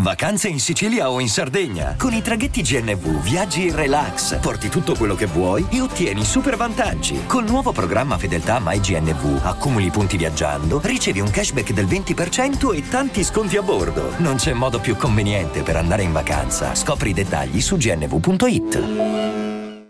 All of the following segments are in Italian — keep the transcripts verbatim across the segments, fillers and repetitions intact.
Vacanze in Sicilia o in Sardegna. Con i traghetti G N V viaggi in relax, porti tutto quello che vuoi e ottieni super vantaggi. Col nuovo programma Fedeltà MyGNV accumuli punti viaggiando, ricevi un cashback del venti per cento e tanti sconti a bordo. Non c'è modo più conveniente per andare in vacanza. Scopri i dettagli su g n v punto i t.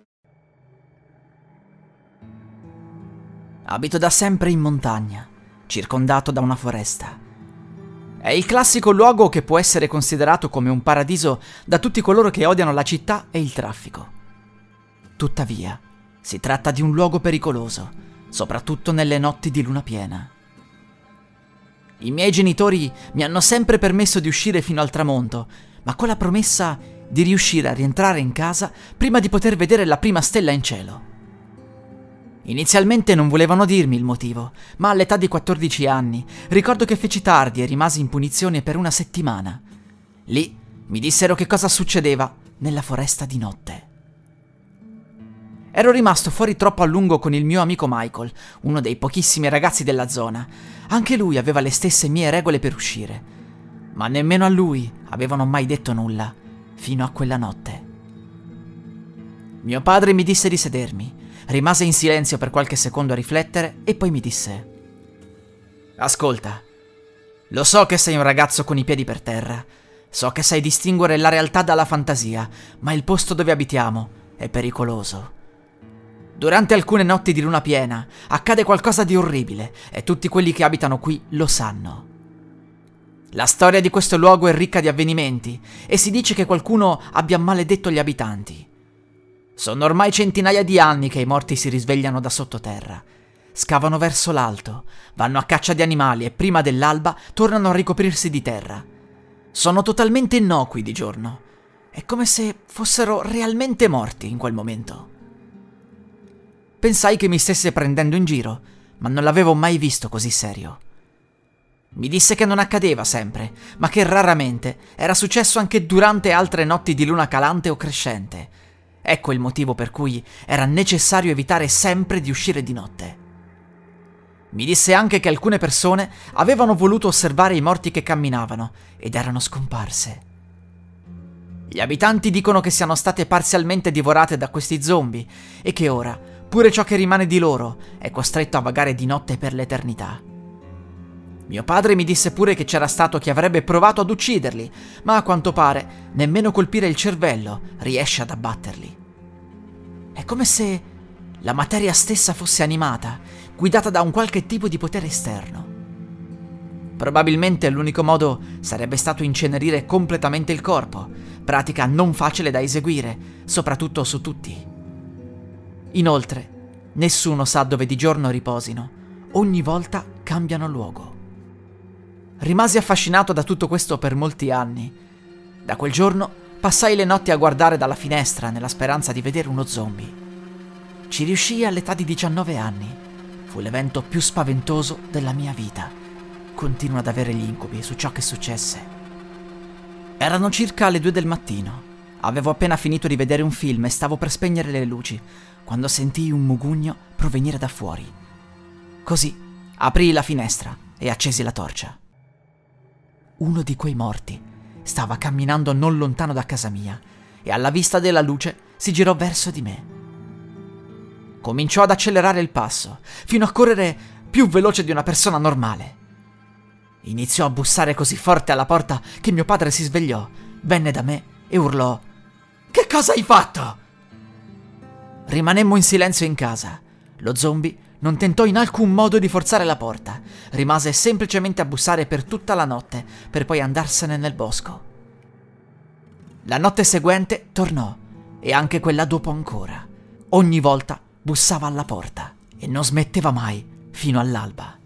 Abito da sempre in montagna, circondato da una foresta. È il classico luogo che può essere considerato come un paradiso da tutti coloro che odiano la città e il traffico. Tuttavia, si tratta di un luogo pericoloso, soprattutto nelle notti di luna piena. I miei genitori mi hanno sempre permesso di uscire fino al tramonto, ma con la promessa di riuscire a rientrare in casa prima di poter vedere la prima stella in cielo. Inizialmente non volevano dirmi il motivo, ma all'età di quattordici anni ricordo che feci tardi e rimasi in punizione per una settimana. Lì mi dissero che cosa succedeva nella foresta di notte. Ero rimasto fuori troppo a lungo con il mio amico Michael, uno dei pochissimi ragazzi della zona. Anche lui aveva le stesse mie regole per uscire, ma nemmeno a lui avevano mai detto nulla, fino a quella notte. Mio padre mi disse di sedermi. Rimase in silenzio per qualche secondo a riflettere e poi mi disse: «Ascolta, lo so che sei un ragazzo con i piedi per terra, so che sai distinguere la realtà dalla fantasia, ma il posto dove abitiamo è pericoloso. Durante alcune notti di luna piena accade qualcosa di orribile e tutti quelli che abitano qui lo sanno. La storia di questo luogo è ricca di avvenimenti e si dice che qualcuno abbia maledetto gli abitanti. Sono ormai centinaia di anni che i morti si risvegliano da sottoterra, scavano verso l'alto, vanno a caccia di animali e prima dell'alba tornano a ricoprirsi di terra. Sono totalmente innocui di giorno. È come se fossero realmente morti in quel momento». Pensai che mi stesse prendendo in giro, ma non l'avevo mai visto così serio. Mi disse che non accadeva sempre, ma che raramente era successo anche durante altre notti di luna calante o crescente. Ecco il motivo per cui era necessario evitare sempre di uscire di notte. Mi disse anche che alcune persone avevano voluto osservare i morti che camminavano ed erano scomparse. Gli abitanti dicono che siano state parzialmente divorate da questi zombie e che ora pure ciò che rimane di loro è costretto a vagare di notte per l'eternità. Mio padre mi disse pure che c'era stato chi avrebbe provato ad ucciderli, ma a quanto pare nemmeno colpire il cervello riesce ad abbatterli. È come se la materia stessa fosse animata, guidata da un qualche tipo di potere esterno. Probabilmente l'unico modo sarebbe stato incenerire completamente il corpo, pratica non facile da eseguire, soprattutto su tutti. Inoltre, nessuno sa dove di giorno riposino, ogni volta cambiano luogo. Rimasi affascinato da tutto questo per molti anni. Da quel giorno passai le notti a guardare dalla finestra nella speranza di vedere uno zombie. Ci riuscii all'età di diciannove anni. Fu l'evento più spaventoso della mia vita. Continuo ad avere gli incubi su ciò che successe. Erano circa le due del mattino. Avevo appena finito di vedere un film e stavo per spegnere le luci quando sentii un mugugno provenire da fuori. Così aprii la finestra e accesi la torcia. Uno di quei morti stava camminando non lontano da casa mia e alla vista della luce si girò verso di me. Cominciò ad accelerare il passo, fino a correre più veloce di una persona normale. Iniziò a bussare così forte alla porta che mio padre si svegliò, venne da me e urlò: «Che cosa hai fatto?» Rimanemmo in silenzio in casa. Lo zombie non tentò in alcun modo di forzare la porta, rimase semplicemente a bussare per tutta la notte, per poi andarsene nel bosco. La notte seguente tornò, e anche quella dopo ancora. Ogni volta bussava alla porta, e non smetteva mai, fino all'alba.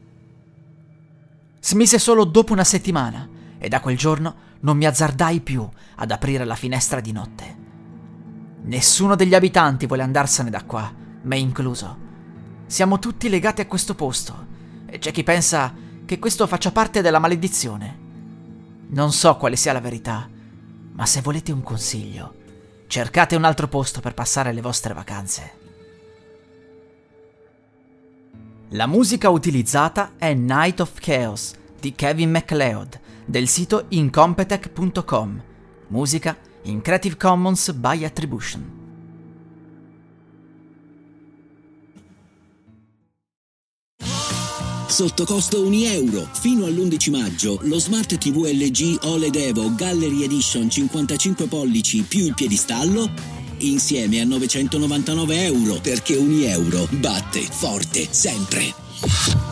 Smise solo dopo una settimana, e da quel giorno non mi azzardai più ad aprire la finestra di notte. Nessuno degli abitanti vuole andarsene da qua, me incluso. Siamo tutti legati a questo posto e c'è chi pensa che questo faccia parte della maledizione. Non so quale sia la verità, ma se volete un consiglio, cercate un altro posto per passare le vostre vacanze. La musica utilizzata è Night of Chaos di Kevin MacLeod, del sito incompetech punto com. Musica in Creative Commons by Attribution. Sotto costo un euro. Fino all'undici maggio lo Smart ti vu L G O L E D Evo Gallery Edition cinquantacinque pollici più il piedistallo insieme a novecentonovantanove euro, perché un euro batte forte sempre.